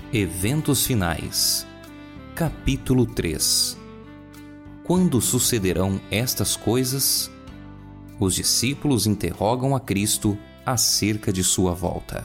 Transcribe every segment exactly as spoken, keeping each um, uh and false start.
Eventos finais. Capítulo três. Quando sucederão estas coisas? Os discípulos interrogam a Cristo acerca de sua volta.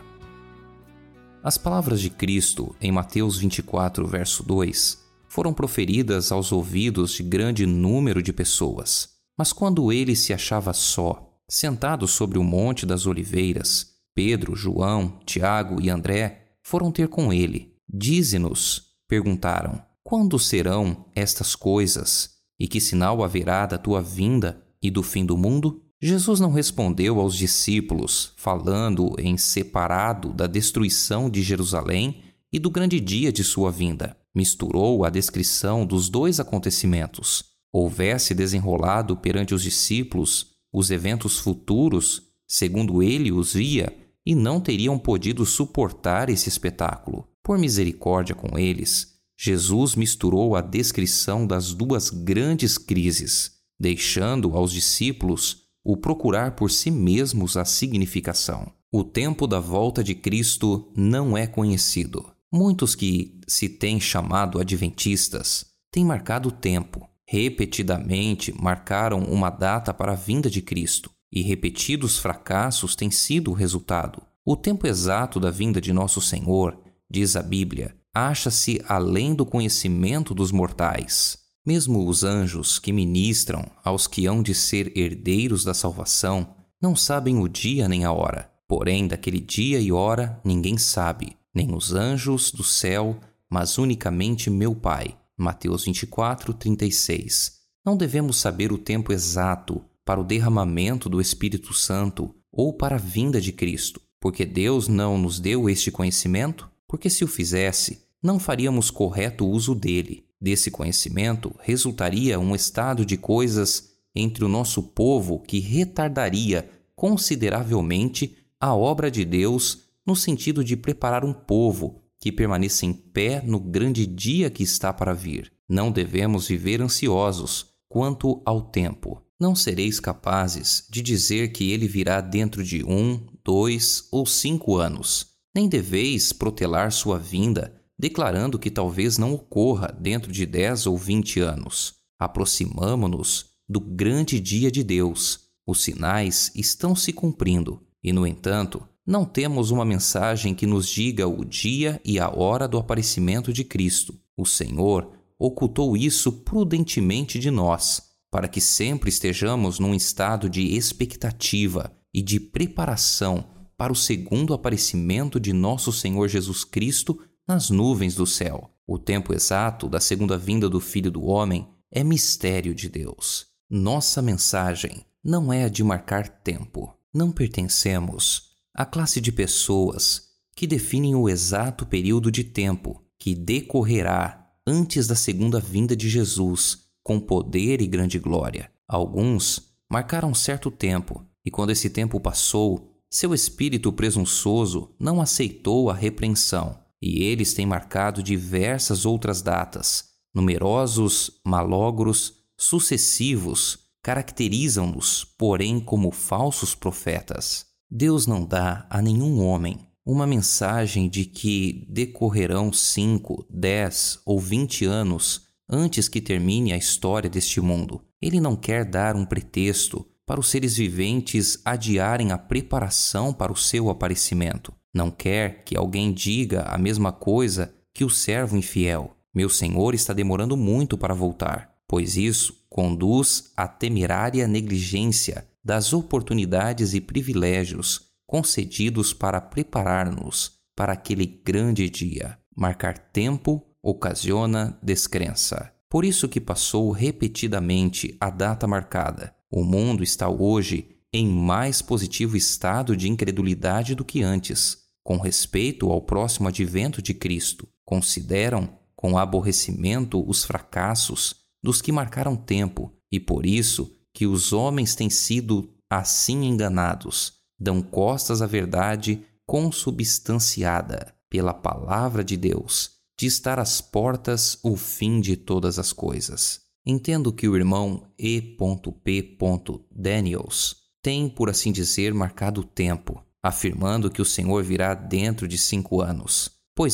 As palavras de Cristo em Mateus vinte e quatro, verso dois, foram proferidas aos ouvidos de grande número de pessoas. Mas quando ele se achava só, sentado sobre o Monte das Oliveiras, Pedro, João, Tiago e André foram ter com ele. Dize-nos, perguntaram, quando serão estas coisas? E que sinal haverá da tua vinda e do fim do mundo? Jesus não respondeu aos discípulos, falando em separado da destruição de Jerusalém e do grande dia de sua vinda. Misturou a descrição dos dois acontecimentos. Houvesse desenrolado perante os discípulos os eventos futuros, segundo ele os via, e não teriam podido suportar esse espetáculo. Por misericórdia com eles, Jesus misturou a descrição das duas grandes crises, deixando aos discípulos o procurar por si mesmos a significação. O tempo da volta de Cristo não é conhecido. Muitos que se têm chamado adventistas têm marcado o tempo. Repetidamente marcaram uma data para a vinda de Cristo, e repetidos fracassos têm sido o resultado. O tempo exato da vinda de nosso Senhor, diz a Bíblia, acha-se além do conhecimento dos mortais. Mesmo os anjos que ministram aos que hão de ser herdeiros da salvação não sabem o dia nem a hora. Porém, daquele dia e hora ninguém sabe, nem os anjos do céu, mas unicamente meu Pai. Mateus vinte e quatro, trinta e seis. Não devemos saber o tempo exato para o derramamento do Espírito Santo ou para a vinda de Cristo, porque Deus não nos deu este conhecimento, porque se o fizesse, não faríamos correto uso dele. Desse conhecimento resultaria um estado de coisas entre o nosso povo que retardaria consideravelmente a obra de Deus no sentido de preparar um povo que permaneça em pé no grande dia que está para vir. Não devemos viver ansiosos quanto ao tempo. Não sereis capazes de dizer que ele virá dentro de um, dois ou cinco anos. Nem deveis protelar sua vinda, declarando que talvez não ocorra dentro de dez ou vinte anos. Aproximamo-nos do grande dia de Deus. Os sinais estão se cumprindo e, no entanto, não temos uma mensagem que nos diga o dia e a hora do aparecimento de Cristo. O Senhor ocultou isso prudentemente de nós, para que sempre estejamos num estado de expectativa e de preparação para o segundo aparecimento de nosso Senhor Jesus Cristo nas nuvens do céu. O tempo exato da segunda vinda do Filho do Homem é mistério de Deus. Nossa mensagem não é a de marcar tempo. Não pertencemos à classe de pessoas que definem o exato período de tempo que decorrerá antes da segunda vinda de Jesus com poder e grande glória. Alguns marcaram certo tempo, e quando esse tempo passou, seu espírito presunçoso não aceitou a repreensão, e eles têm marcado diversas outras datas. Numerosos malogros sucessivos caracterizam-nos, porém, como falsos profetas. Deus não dá a nenhum homem uma mensagem de que decorrerão cinco, dez ou vinte anos antes que termine a história deste mundo. Ele não quer dar um pretexto para os seres viventes adiarem a preparação para o seu aparecimento. Não quer que alguém diga a mesma coisa que o servo infiel. Meu Senhor está demorando muito para voltar, pois isso conduz à temerária negligência das oportunidades e privilégios concedidos para preparar-nos para aquele grande dia. Marcar tempo ocasiona descrença. Por isso que passou repetidamente a data marcada. O mundo está hoje em mais positivo estado de incredulidade do que antes, com respeito ao próximo advento de Cristo. Consideram com aborrecimento os fracassos dos que marcaram tempo, e por isso que os homens têm sido assim enganados, dão costas à verdade consubstanciada pela palavra de Deus, de estar às portas o fim de todas as coisas. Entendo que o irmão E P Daniels tem, por assim dizer, marcado o tempo, afirmando que o Senhor virá dentro de cinco anos. Pois bem,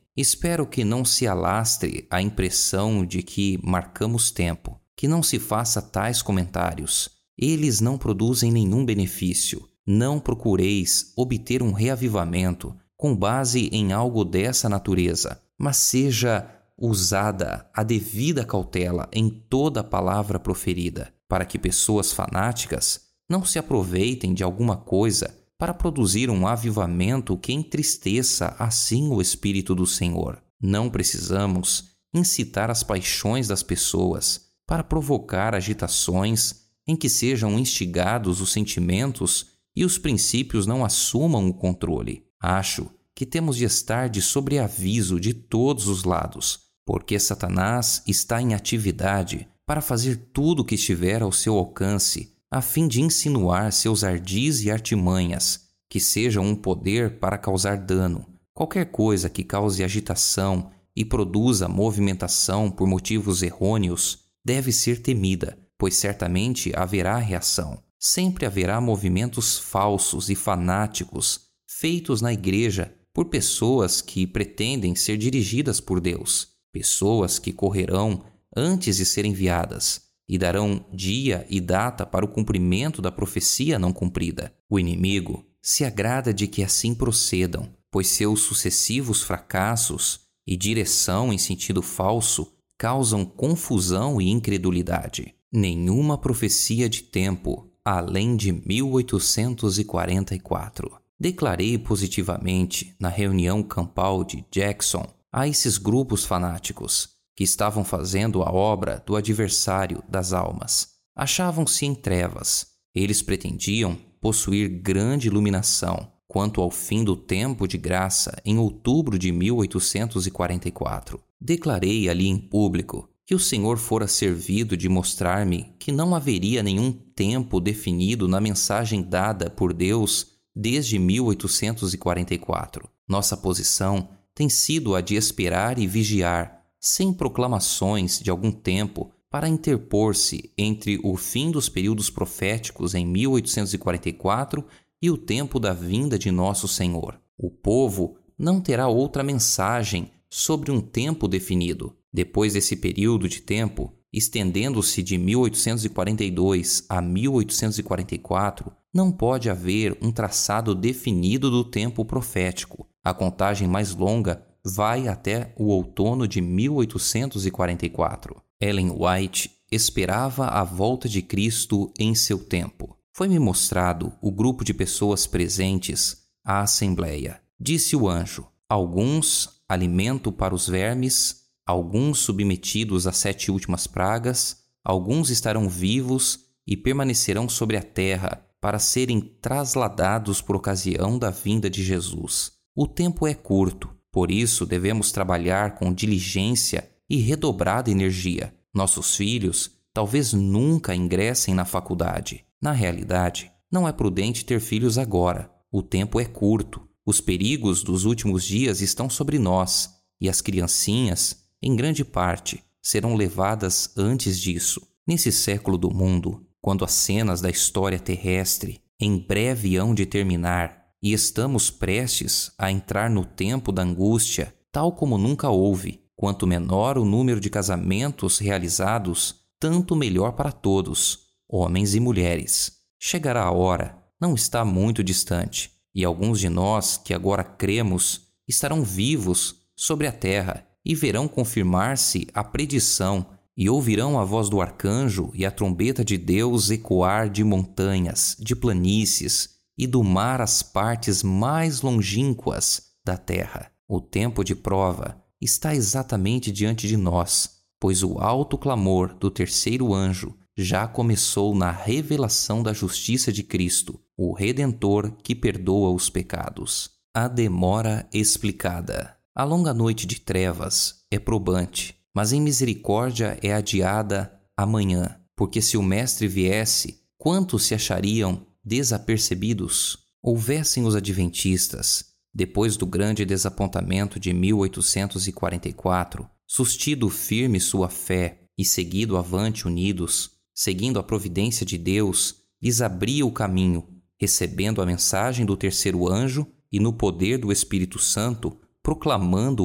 Espero que não se alastre a impressão de que marcamos tempo, que não se faça tais comentários. Eles não produzem nenhum benefício. Não procureis obter um reavivamento com base em algo dessa natureza, mas seja usada a devida cautela em toda a palavra proferida, para que pessoas fanáticas não se aproveitem de alguma coisa para produzir um avivamento que entristeça assim o Espírito do Senhor. Não precisamos incitar as paixões das pessoas para provocar agitações em que sejam instigados os sentimentos e os princípios não assumam o controle. Acho que temos de estar de sobreaviso de todos os lados, porque Satanás está em atividade para fazer tudo o que estiver ao seu alcance, a fim de insinuar seus ardis e artimanhas, que sejam um poder para causar dano. Qualquer coisa que cause agitação e produza movimentação por motivos errôneos deve ser temida, pois certamente haverá reação. Sempre haverá movimentos falsos e fanáticos feitos na igreja por pessoas que pretendem ser dirigidas por Deus, pessoas que correrão antes de serem enviadas e darão dia e data para o cumprimento da profecia não cumprida. O inimigo se agrada de que assim procedam, pois seus sucessivos fracassos e direção em sentido falso causam confusão e incredulidade. Nenhuma profecia de tempo além de mil oitocentos e quarenta e quatro. Declarei positivamente na reunião campal de Jackson a esses grupos fanáticos que estavam fazendo a obra do adversário das almas. Achavam-se em trevas. Eles pretendiam possuir grande iluminação quanto ao fim do tempo de graça em outubro de mil oitocentos e quarenta e quatro. Declarei ali em público que o Senhor fora servido de mostrar-me que não haveria nenhum tempo definido na mensagem dada por Deus desde mil oitocentos e quarenta e quatro. Nossa posição tem sido a de esperar e vigiar, sem proclamações de algum tempo, para interpor-se entre o fim dos períodos proféticos em mil oitocentos e quarenta e quatro e o tempo da vinda de nosso Senhor. O povo não terá outra mensagem sobre um tempo definido. Depois desse período de tempo, estendendo-se de mil oitocentos e quarenta e dois a mil oitocentos e quarenta e quatro, não pode haver um traçado definido do tempo profético. A contagem mais longa vai até o outono de mil oitocentos e quarenta e quatro. Ellen White esperava a volta de Cristo em seu tempo. Foi-me mostrado o grupo de pessoas presentes à assembleia. Disse o anjo: alguns alimento para os vermes, alguns submetidos às sete últimas pragas, alguns estarão vivos e permanecerão sobre a terra para serem trasladados por ocasião da vinda de Jesus. O tempo é curto, por isso devemos trabalhar com diligência e redobrada energia. Nossos filhos talvez nunca ingressem na faculdade. Na realidade, não é prudente ter filhos agora. O tempo é curto. Os perigos dos últimos dias estão sobre nós, e as criancinhas, em grande parte, serão levadas antes disso. Nesse século do mundo, quando as cenas da história terrestre em breve hão de terminar e estamos prestes a entrar no tempo da angústia, tal como nunca houve, quanto menor o número de casamentos realizados, tanto melhor para todos, homens e mulheres. Chegará a hora, não está muito distante, e alguns de nós que agora cremos estarão vivos sobre a terra e verão confirmar-se a predição e ouvirão a voz do arcanjo e a trombeta de Deus ecoar de montanhas, de planícies e do mar às partes mais longínquas da terra. O tempo de prova está exatamente diante de nós, pois o alto clamor do terceiro anjo já começou na revelação da justiça de Cristo, o Redentor que perdoa os pecados. A demora explicada. A longa noite de trevas é probante, mas em misericórdia é adiada amanhã, porque se o Mestre viesse, quantos se achariam desapercebidos? Houvessem os adventistas, depois do grande desapontamento de mil oitocentos e quarenta e quatro, sustido firme sua fé e seguido avante unidos, seguindo a providência de Deus, lhes abria o caminho, recebendo a mensagem do terceiro anjo e no poder do Espírito Santo, proclamando-a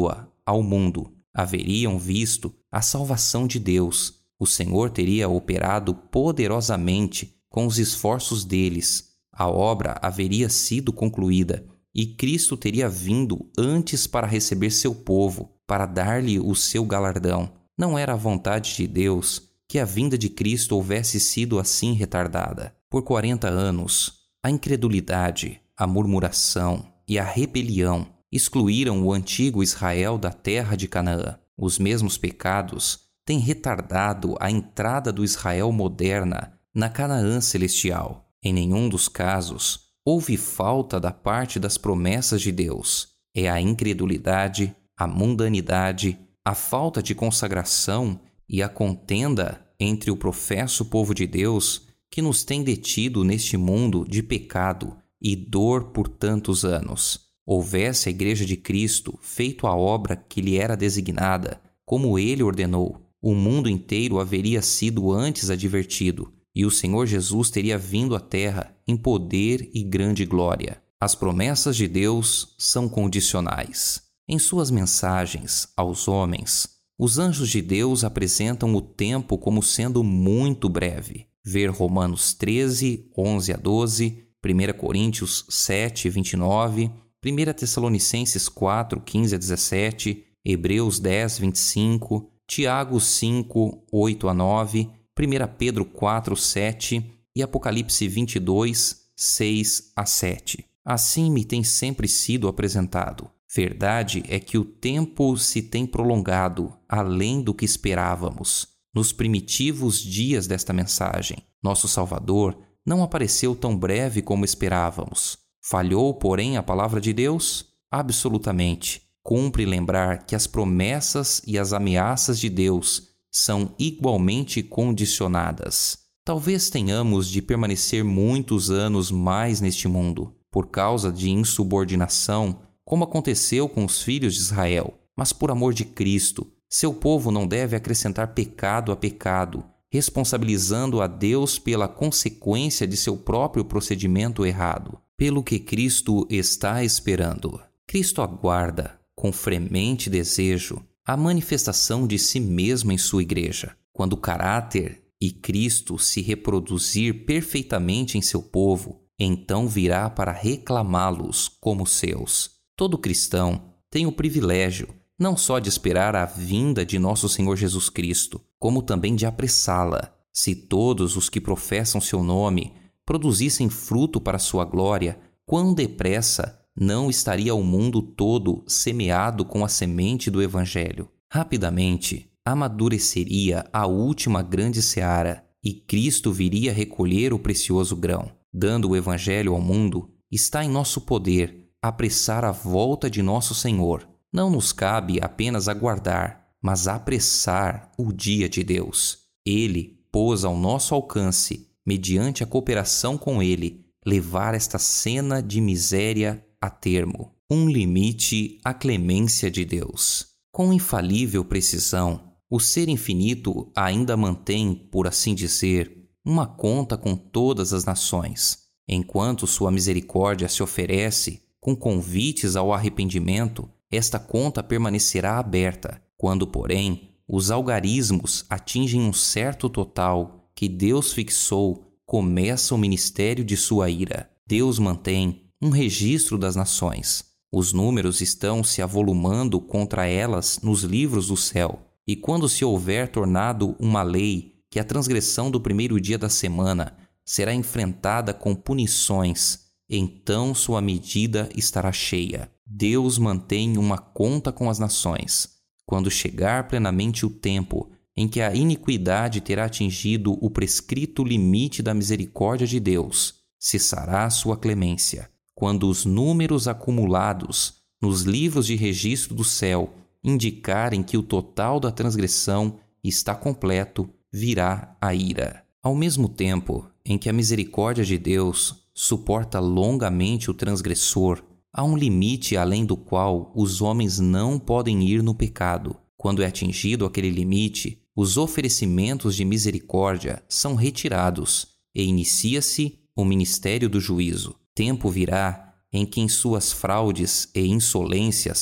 ao mundo, haveriam visto a salvação de Deus. O Senhor teria operado poderosamente com os esforços deles. A obra haveria sido concluída e Cristo teria vindo antes para receber seu povo, para dar-lhe o seu galardão. Não era a vontade de Deus que a vinda de Cristo houvesse sido assim retardada. Por quarenta anos, a incredulidade, a murmuração e a rebelião excluíram o antigo Israel da terra de Canaã. Os mesmos pecados têm retardado a entrada do Israel moderna na Canaã celestial. Em nenhum dos casos houve falta da parte das promessas de Deus. É a incredulidade, a mundanidade, a falta de consagração e a contenda entre o professo povo de Deus que nos tem detido neste mundo de pecado e dor por tantos anos. Houvesse a Igreja de Cristo feito a obra que lhe era designada, como ele ordenou, o mundo inteiro haveria sido antes advertido, e o Senhor Jesus teria vindo à terra em poder e grande glória. As promessas de Deus são condicionais. Em suas mensagens aos homens, os anjos de Deus apresentam o tempo como sendo muito breve. Ver Romanos treze, onze a doze, primeira Coríntios sete, vinte e nove, primeira Tessalonicenses quatro, quinze a dezessete, Hebreus dez, vinte e cinco, Tiago cinco, oito a nove, primeira Pedro quatro, sete e Apocalipse vinte e dois, seis a sete. Assim me tem sempre sido apresentado. Verdade é que o tempo se tem prolongado além do que esperávamos. Nos primitivos dias desta mensagem, nosso Salvador não apareceu tão breve como esperávamos. Falhou, porém, a palavra de Deus? Absolutamente. Cumpre lembrar que as promessas e as ameaças de Deus são igualmente condicionadas. Talvez tenhamos de permanecer muitos anos mais neste mundo, por causa de insubordinação, como aconteceu com os filhos de Israel. Mas por amor de Cristo, seu povo não deve acrescentar pecado a pecado, responsabilizando a Deus pela consequência de seu próprio procedimento errado. Pelo que Cristo está esperando. Cristo aguarda, com fremente desejo, a manifestação de si mesmo em sua igreja. Quando o caráter e Cristo se reproduzir perfeitamente em seu povo, então virá para reclamá-los como seus. Todo cristão tem o privilégio não só de esperar a vinda de nosso Senhor Jesus Cristo, como também de apressá-la. Se todos os que professam seu nome produzissem fruto para sua glória, quão depressa não estaria o mundo todo semeado com a semente do Evangelho. Rapidamente amadureceria a última grande seara e Cristo viria recolher o precioso grão. Dando o Evangelho ao mundo, está em nosso poder apressar a volta de nosso Senhor. Não nos cabe apenas aguardar, mas apressar o dia de Deus. Ele pôs ao nosso alcance, mediante a cooperação com Ele, levar esta cena de miséria a termo. Um limite à clemência de Deus. Com infalível precisão, o Ser Infinito ainda mantém, por assim dizer, uma conta com todas as nações, enquanto sua misericórdia se oferece com convites ao arrependimento. Esta conta permanecerá aberta. Quando, porém, os algarismos atingem um certo total que Deus fixou, começa o ministério de sua ira. Deus mantém um registro das nações. Os números estão se avolumando contra elas nos livros do céu. E quando se houver tornado uma lei que a transgressão do primeiro dia da semana será enfrentada com punições, então sua medida estará cheia. Deus mantém uma conta com as nações. Quando chegar plenamente o tempo em que a iniquidade terá atingido o prescrito limite da misericórdia de Deus, cessará sua clemência. Quando os números acumulados nos livros de registro do céu indicarem que o total da transgressão está completo, virá a ira. Ao mesmo tempo em que a misericórdia de Deus suporta longamente o transgressor, há um limite além do qual os homens não podem ir no pecado. Quando é atingido aquele limite, os oferecimentos de misericórdia são retirados e inicia-se o ministério do juízo. Tempo virá em que, em suas fraudes e insolências,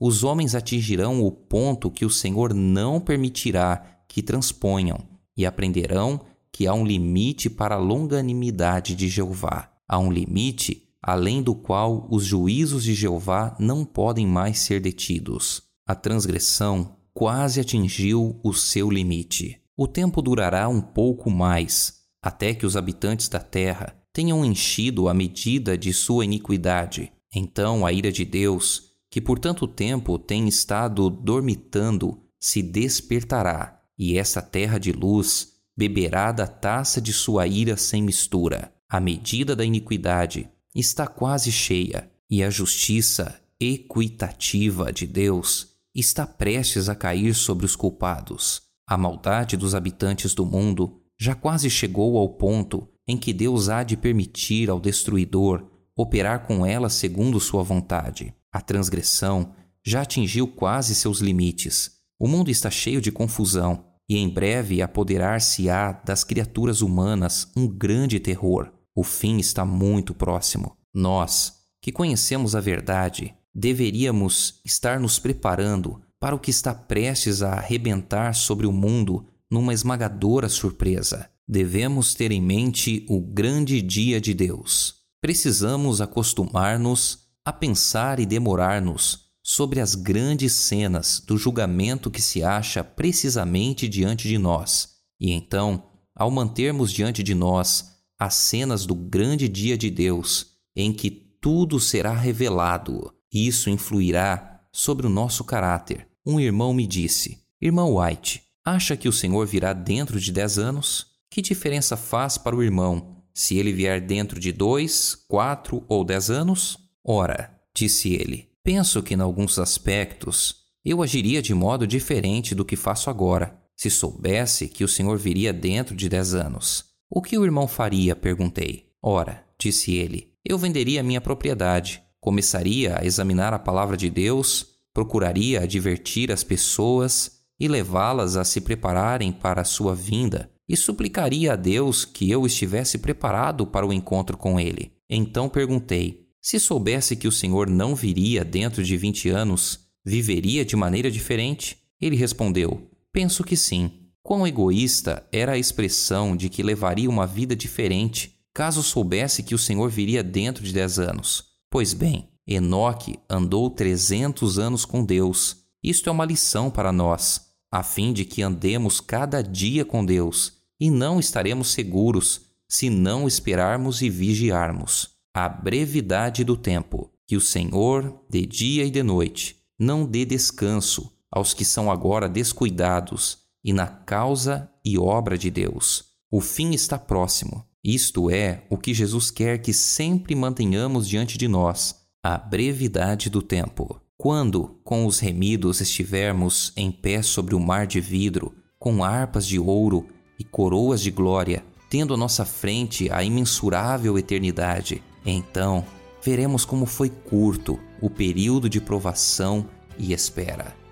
os homens atingirão o ponto que o Senhor não permitirá que transponham e aprenderão que há um limite para a longanimidade de Jeová. Há um limite além do qual os juízos de Jeová não podem mais ser detidos. A transgressão quase atingiu o seu limite. O tempo durará um pouco mais, até que os habitantes da terra tenham enchido a medida de sua iniquidade. Então a ira de Deus, que por tanto tempo tem estado dormitando, se despertará, e essa terra de luz beberá da taça de sua ira sem mistura. A medida da iniquidade está quase cheia, e a justiça equitativa de Deus está prestes a cair sobre os culpados. A maldade dos habitantes do mundo já quase chegou ao ponto em que Deus há de permitir ao destruidor operar com ela segundo sua vontade. A transgressão já atingiu quase seus limites. O mundo está cheio de confusão, e em breve apoderar-se-á das criaturas humanas um grande terror. O fim está muito próximo. Nós, que conhecemos a verdade, deveríamos estar nos preparando para o que está prestes a arrebentar sobre o mundo numa esmagadora surpresa. Devemos ter em mente o grande dia de Deus. Precisamos acostumar-nos a pensar e demorar-nos sobre as grandes cenas do julgamento que se acha precisamente diante de nós. E então, ao mantermos diante de nós as cenas do grande dia de Deus, em que tudo será revelado, isso influirá sobre o nosso caráter. Um irmão me disse: Irmão White, acha que o Senhor virá dentro de dez anos? Que diferença faz para o irmão se ele vier dentro de dois, quatro ou dez anos? Ora, disse ele, penso que em alguns aspectos eu agiria de modo diferente do que faço agora, se soubesse que o Senhor viria dentro de dez anos. O que o irmão faria? Perguntei. Ora, disse ele, eu venderia minha propriedade, começaria a examinar a palavra de Deus, procuraria advertir as pessoas e levá-las a se prepararem para a sua vinda, e suplicaria a Deus que eu estivesse preparado para o encontro com ele. Então perguntei, se soubesse que o Senhor não viria dentro de vinte anos, viveria de maneira diferente? Ele respondeu, penso que sim. Quão egoísta era a expressão de que levaria uma vida diferente caso soubesse que o Senhor viria dentro de dez anos. Pois bem, Enoque andou trezentos anos com Deus. Isto é uma lição para nós, a fim de que andemos cada dia com Deus, e não estaremos seguros se não esperarmos e vigiarmos. A brevidade do tempo, que o Senhor, de dia e de noite, não dê descanso aos que são agora descuidados e na causa e obra de Deus. O fim está próximo. Isto é o que Jesus quer que sempre mantenhamos diante de nós, a brevidade do tempo. Quando, com os remidos, estivermos em pé sobre o mar de vidro, com harpas de ouro e coroas de glória, tendo à nossa frente a imensurável eternidade, então veremos como foi curto o período de provação e espera.